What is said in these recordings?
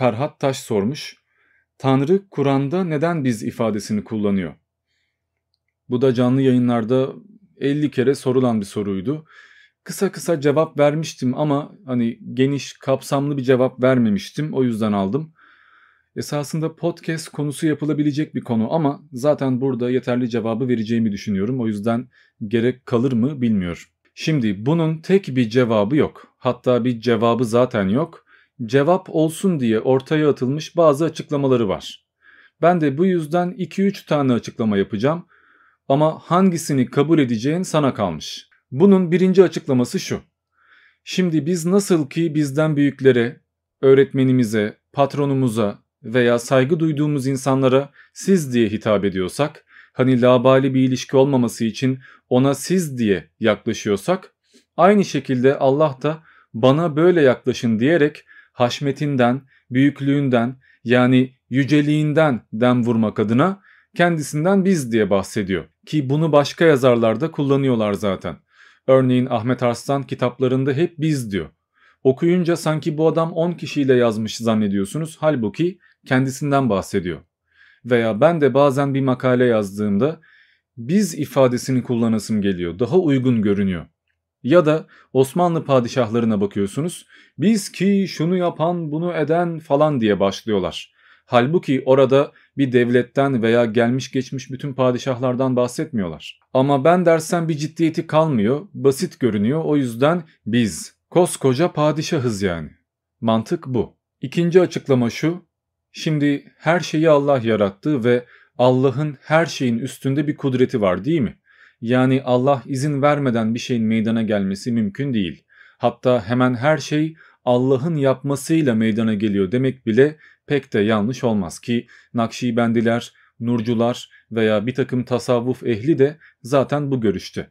Ferhat Taş sormuş. Tanrı Kur'an'da neden biz ifadesini kullanıyor? Bu da canlı yayınlarda 50 kere sorulan bir soruydu. Kısa kısa cevap vermiştim ama hani geniş, kapsamlı bir cevap vermemiştim. O yüzden aldım. Esasında podcast konusu yapılabilecek bir konu ama zaten burada yeterli cevabı vereceğimi düşünüyorum. O yüzden gerek kalır mı bilmiyorum. Şimdi bunun tek bir cevabı yok. Hatta bir cevabı zaten yok. Cevap olsun diye ortaya atılmış bazı açıklamaları var. Ben de bu yüzden 2-3 tane açıklama yapacağım. Ama hangisini kabul edeceğin sana kalmış. Bunun birinci açıklaması şu. Şimdi biz nasıl ki bizden büyüklere, öğretmenimize, patronumuza veya saygı duyduğumuz insanlara siz diye hitap ediyorsak, hani labali bir ilişki olmaması için ona siz diye yaklaşıyorsak, aynı şekilde Allah da bana böyle yaklaşın diyerek haşmetinden, büyüklüğünden yani yüceliğinden dem vurmak adına kendisinden biz diye bahsediyor. Ki bunu başka yazarlarda kullanıyorlar zaten. Örneğin Ahmet Arslan kitaplarında hep biz diyor. Okuyunca sanki bu adam 10 kişiyle yazmış zannediyorsunuz. Halbuki kendisinden bahsediyor. Veya ben de bazen bir makale yazdığımda biz ifadesini kullanasım geliyor. Daha uygun görünüyor. Ya da Osmanlı padişahlarına bakıyorsunuz. Biz ki şunu yapan bunu eden falan diye başlıyorlar. Halbuki orada bir devletten veya gelmiş geçmiş bütün padişahlardan bahsetmiyorlar. Ama ben dersen bir ciddiyeti kalmıyor, basit görünüyor. O yüzden biz koskoca padişahız yani. Mantık bu. İkinci açıklama şu. Şimdi her şeyi Allah yarattı ve Allah'ın her şeyin üstünde bir kudreti var değil mi? Yani Allah izin vermeden bir şeyin meydana gelmesi mümkün değil. Hatta hemen her şey Allah'ın yapmasıyla meydana geliyor demek bile pek de yanlış olmaz ki Nakşibendiler, Nurcular veya bir takım tasavvuf ehli de zaten bu görüşte.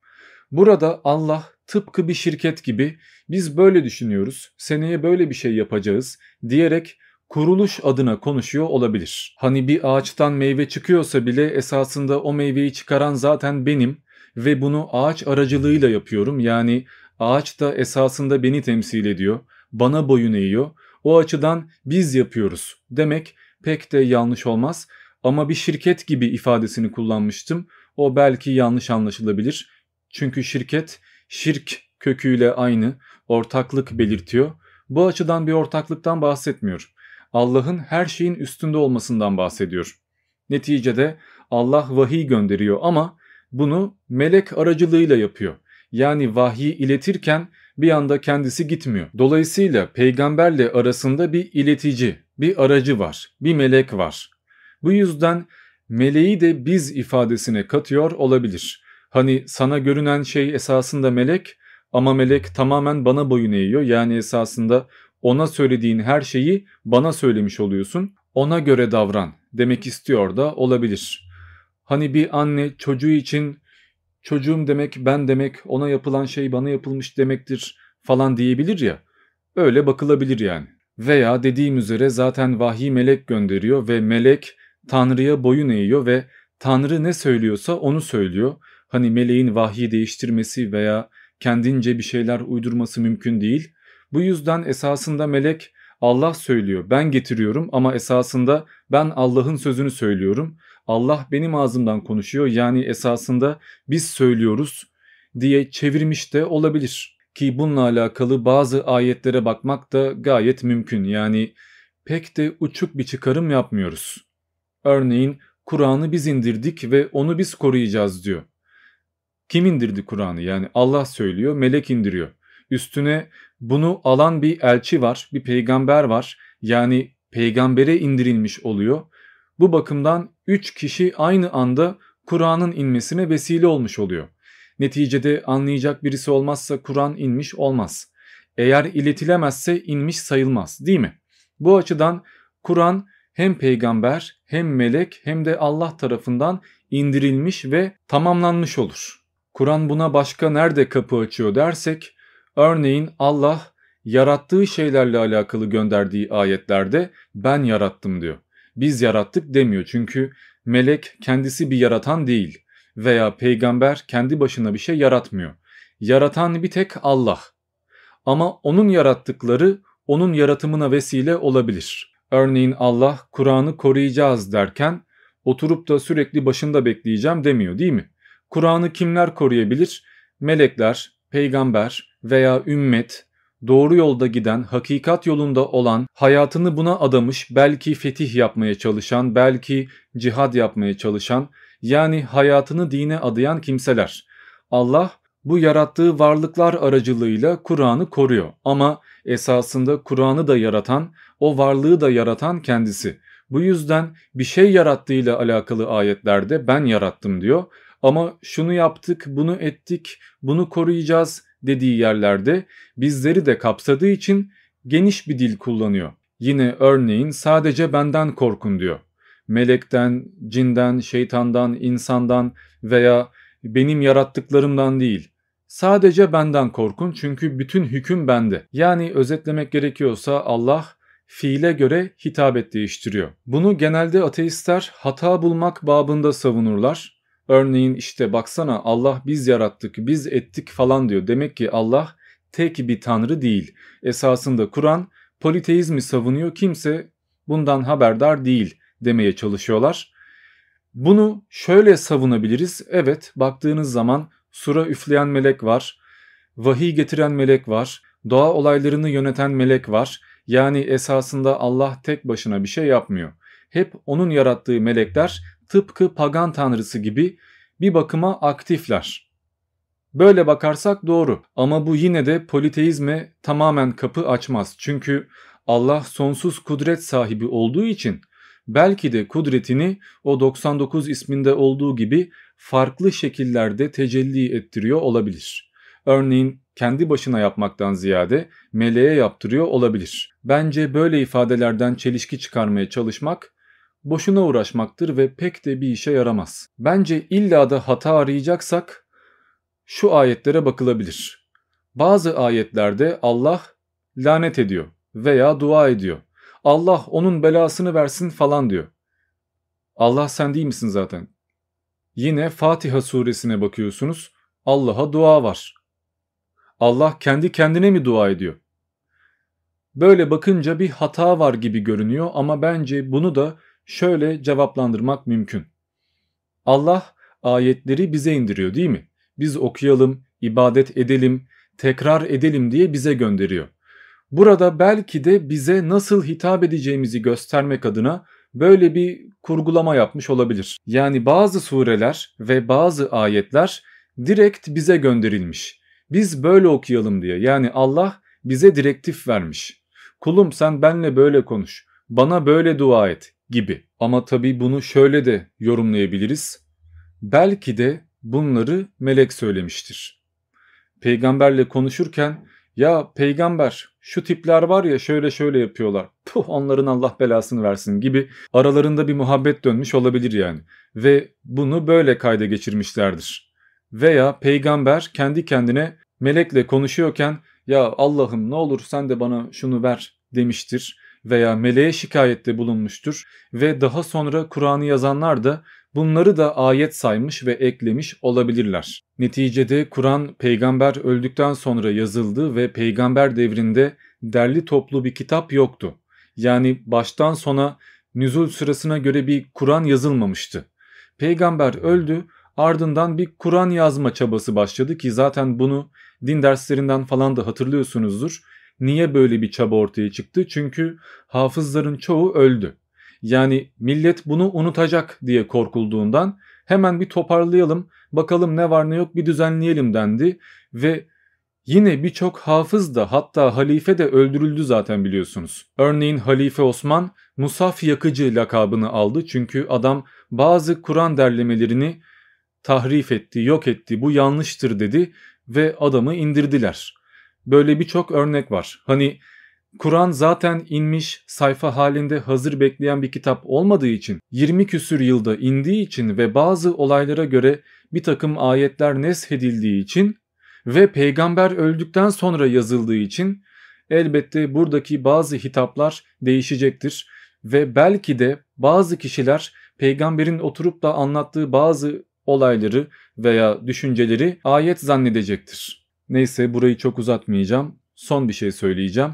Burada Allah tıpkı bir şirket gibi biz böyle düşünüyoruz, seneye böyle bir şey yapacağız diyerek kuruluş adına konuşuyor olabilir. Hani bir ağaçtan meyve çıkıyorsa bile esasında o meyveyi çıkaran zaten benim ve bunu ağaç aracılığıyla yapıyorum. Yani ağaç da esasında beni temsil ediyor, bana boyun eğiyor. O açıdan biz yapıyoruz demek pek de yanlış olmaz. Ama bir şirket gibi ifadesini kullanmıştım. O belki yanlış anlaşılabilir. Çünkü şirket şirk köküyle aynı, ortaklık belirtiyor. Bu açıdan bir ortaklıktan bahsetmiyor. Allah'ın her şeyin üstünde olmasından bahsediyor. Neticede Allah vahiy gönderiyor ama bunu melek aracılığıyla yapıyor. Yani vahyi iletirken bir anda kendisi gitmiyor. Dolayısıyla peygamberle arasında bir iletici, bir aracı var, bir melek var. Bu yüzden meleği de biz ifadesine katıyor olabilir. Hani sana görünen şey esasında melek ama melek tamamen bana boyun eğiyor. Yani esasında ona söylediğin her şeyi bana söylemiş oluyorsun. Ona göre davran demek istiyor da olabilir. Hani bir anne çocuğu için çocuğum demek ben demek ona yapılan şey bana yapılmış demektir falan diyebilir ya. Öyle bakılabilir yani. Veya dediğim üzere zaten vahiy melek gönderiyor ve melek Tanrı'ya boyun eğiyor ve Tanrı ne söylüyorsa onu söylüyor. Hani meleğin vahyi değiştirmesi veya kendince bir şeyler uydurması mümkün değil. Bu yüzden esasında melek Allah söylüyor, ben getiriyorum ama esasında ben Allah'ın sözünü söylüyorum. Allah benim ağzımdan konuşuyor yani esasında biz söylüyoruz diye çevirmiş de olabilir. Ki bununla alakalı bazı ayetlere bakmak da gayet mümkün. Yani pek de uçuk bir çıkarım yapmıyoruz. Örneğin Kur'an'ı biz indirdik ve onu biz koruyacağız diyor. Kim indirdi Kur'an'ı? Yani Allah söylüyor, melek indiriyor. Üstüne bunu alan bir elçi var, bir peygamber var. Yani peygambere indirilmiş oluyor. Bu bakımdan 3 kişi aynı anda Kur'an'ın inmesine vesile olmuş oluyor. Neticede anlayacak birisi olmazsa Kur'an inmiş olmaz. Eğer iletilemezse inmiş sayılmaz, değil mi? Bu açıdan Kur'an hem peygamber hem melek hem de Allah tarafından indirilmiş ve tamamlanmış olur. Kur'an buna başka nerede kapı açıyor dersek, örneğin Allah yarattığı şeylerle alakalı gönderdiği ayetlerde ben yarattım diyor. Biz yarattık demiyor çünkü melek kendisi bir yaratan değil veya peygamber kendi başına bir şey yaratmıyor. Yaratan bir tek Allah. Ama onun yarattıkları onun yaratımına vesile olabilir. Örneğin Allah Kur'an'ı koruyacağız derken oturup da sürekli başında bekleyeceğim demiyor, değil mi? Kur'an'ı kimler koruyabilir? Melekler, peygamber veya ümmet, doğru yolda giden, hakikat yolunda olan, hayatını buna adamış, belki fetih yapmaya çalışan, belki cihad yapmaya çalışan, yani hayatını dine adayan kimseler. Allah bu yarattığı varlıklar aracılığıyla Kur'an'ı koruyor ama esasında Kur'an'ı da yaratan, o varlığı da yaratan kendisi. Bu yüzden bir şey yarattığıyla alakalı ayetlerde ben yarattım diyor ama şunu yaptık, bunu ettik, bunu koruyacağız dediği yerlerde bizleri de kapsadığı için geniş bir dil kullanıyor. Yine örneğin sadece benden korkun diyor. Melekten, cinden, şeytandan, insandan veya benim yarattıklarımdan değil. Sadece benden korkun çünkü bütün hüküm bende. Yani özetlemek gerekiyorsa Allah fiile göre hitabet değiştiriyor. Bunu genelde ateistler hata bulmak babında savunurlar. Örneğin işte baksana Allah biz yarattık, biz ettik falan diyor. Demek ki Allah tek bir tanrı değil. Esasında Kur'an politeizmi savunuyor, kimse bundan haberdar değil demeye çalışıyorlar. Bunu şöyle savunabiliriz. Evet, baktığınız zaman sura üfleyen melek var, vahiy getiren melek var, doğa olaylarını yöneten melek var. Yani esasında Allah tek başına bir şey yapmıyor. Hep onun yarattığı melekler tıpkı pagan tanrısı gibi bir bakıma aktifler. Böyle bakarsak doğru ama bu yine de politeizme tamamen kapı açmaz. Çünkü Allah sonsuz kudret sahibi olduğu için belki de kudretini o 99 isminde olduğu gibi farklı şekillerde tecelli ettiriyor olabilir. Örneğin kendi başına yapmaktan ziyade meleğe yaptırıyor olabilir. Bence böyle ifadelerden çelişki çıkarmaya çalışmak boşuna uğraşmaktır ve pek de bir işe yaramaz. Bence illa da hata arayacaksak şu ayetlere bakılabilir. Bazı ayetlerde Allah lanet ediyor veya dua ediyor. Allah onun belasını versin falan diyor. Allah sen değil misin zaten? Yine Fatiha suresine bakıyorsunuz. Allah'a dua var. Allah kendi kendine mi dua ediyor? Böyle bakınca bir hata var gibi görünüyor ama bence bunu da şöyle cevaplandırmak mümkün. Allah ayetleri bize indiriyor, değil mi? Biz okuyalım, ibadet edelim, tekrar edelim diye bize gönderiyor. Burada belki de bize nasıl hitap edeceğimizi göstermek adına böyle bir kurgulama yapmış olabilir. Yani bazı sureler ve bazı ayetler direkt bize gönderilmiş. Biz böyle okuyalım diye. Yani Allah bize direktif vermiş. Kulum sen benle böyle konuş, bana böyle dua et gibi. Ama tabii bunu şöyle de yorumlayabiliriz. Belki de bunları melek söylemiştir. Peygamberle konuşurken ya peygamber şu tipler var ya şöyle şöyle yapıyorlar. Puh onların Allah belasını versin gibi aralarında bir muhabbet dönmüş olabilir yani. Ve bunu böyle kayda geçirmişlerdir. Veya peygamber kendi kendine melekle konuşuyorken ya Allah'ım ne olur sen de bana şunu ver demiştir. Veya meleğe şikayette bulunmuştur. Ve daha sonra Kur'an'ı yazanlar da bunları da ayet saymış ve eklemiş olabilirler. Neticede Kur'an peygamber öldükten sonra yazıldı ve peygamber devrinde derli toplu bir kitap yoktu. Yani baştan sona nüzul sırasına göre bir Kur'an yazılmamıştı. Peygamber öldü, ardından bir Kur'an yazma çabası başladı ki zaten bunu din derslerinden falan da hatırlıyorsunuzdur. Niye böyle bir çaba ortaya çıktı? Çünkü hafızların çoğu öldü. Yani millet bunu unutacak diye korkulduğundan hemen bir toparlayalım, bakalım ne var ne yok bir düzenleyelim dendi ve yine birçok hafız da hatta halife de öldürüldü zaten biliyorsunuz. Örneğin Halife Osman Musaf yakıcı lakabını aldı çünkü adam bazı Kur'an derlemelerini tahrif etti, yok etti, bu yanlıştır dedi ve adamı indirdiler. Böyle birçok örnek var. Hani Kur'an zaten inmiş sayfa halinde hazır bekleyen bir kitap olmadığı için 20 küsür yılda indiği için ve bazı olaylara göre bir takım ayetler neshedildiği için ve peygamber öldükten sonra yazıldığı için elbette buradaki bazı hitaplar değişecektir ve belki de bazı kişiler peygamberin oturup da anlattığı bazı olayları veya düşünceleri ayet zannedecektir. Neyse burayı çok uzatmayacağım. Son bir şey söyleyeceğim.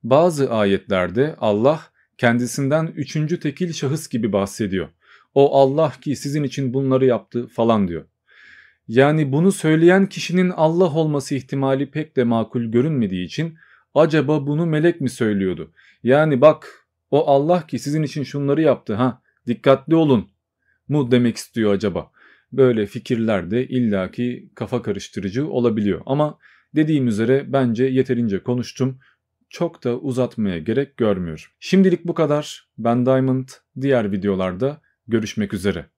Bazı ayetlerde Allah kendisinden üçüncü tekil şahıs gibi bahsediyor. O Allah ki sizin için bunları yaptı falan diyor. Yani bunu söyleyen kişinin Allah olması ihtimali pek de makul görünmediği için acaba bunu melek mi söylüyordu? Yani bak o Allah ki sizin için şunları yaptı ha dikkatli olun mu demek istiyor acaba? Böyle fikirler de illaki kafa karıştırıcı olabiliyor ama dediğim üzere bence yeterince konuştum. Çok da uzatmaya gerek görmüyorum. Şimdilik bu kadar. Ben Diamond, diğer videolarda görüşmek üzere.